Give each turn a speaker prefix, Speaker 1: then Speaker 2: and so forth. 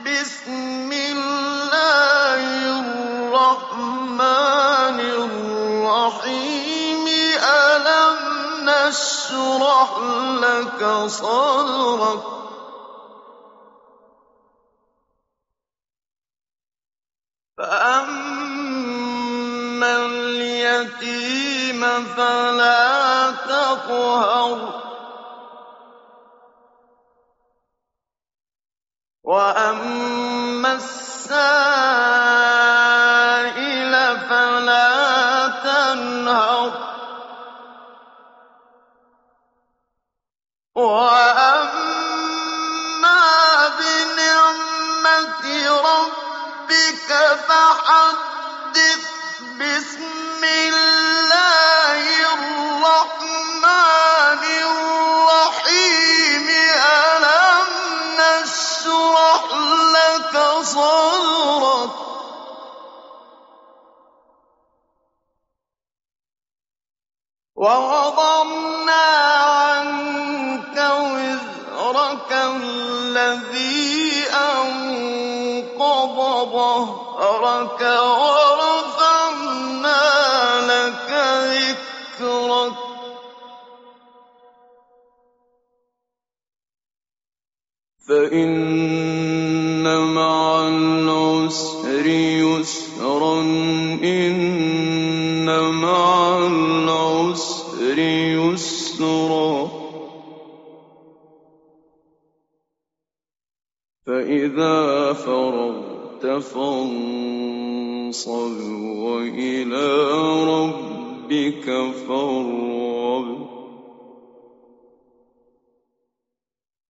Speaker 1: بسم الله الرحمن الرحيم ألم نشرح لك صدرك فأما اليتيم فلا تقهر وأما السائل فلا تنهر وأما بنعمة ربك فحدث بسم الله الرحمن الرحيم ألم نشرح لك صدرك ووضعنا عنك وزرك الذي أنقض ظهرك ورفعنا لك ذكرك فإن مع العسر يسرا إن مع العسر يسرا فإذا فرغت فانصب وإلى ربك فارغب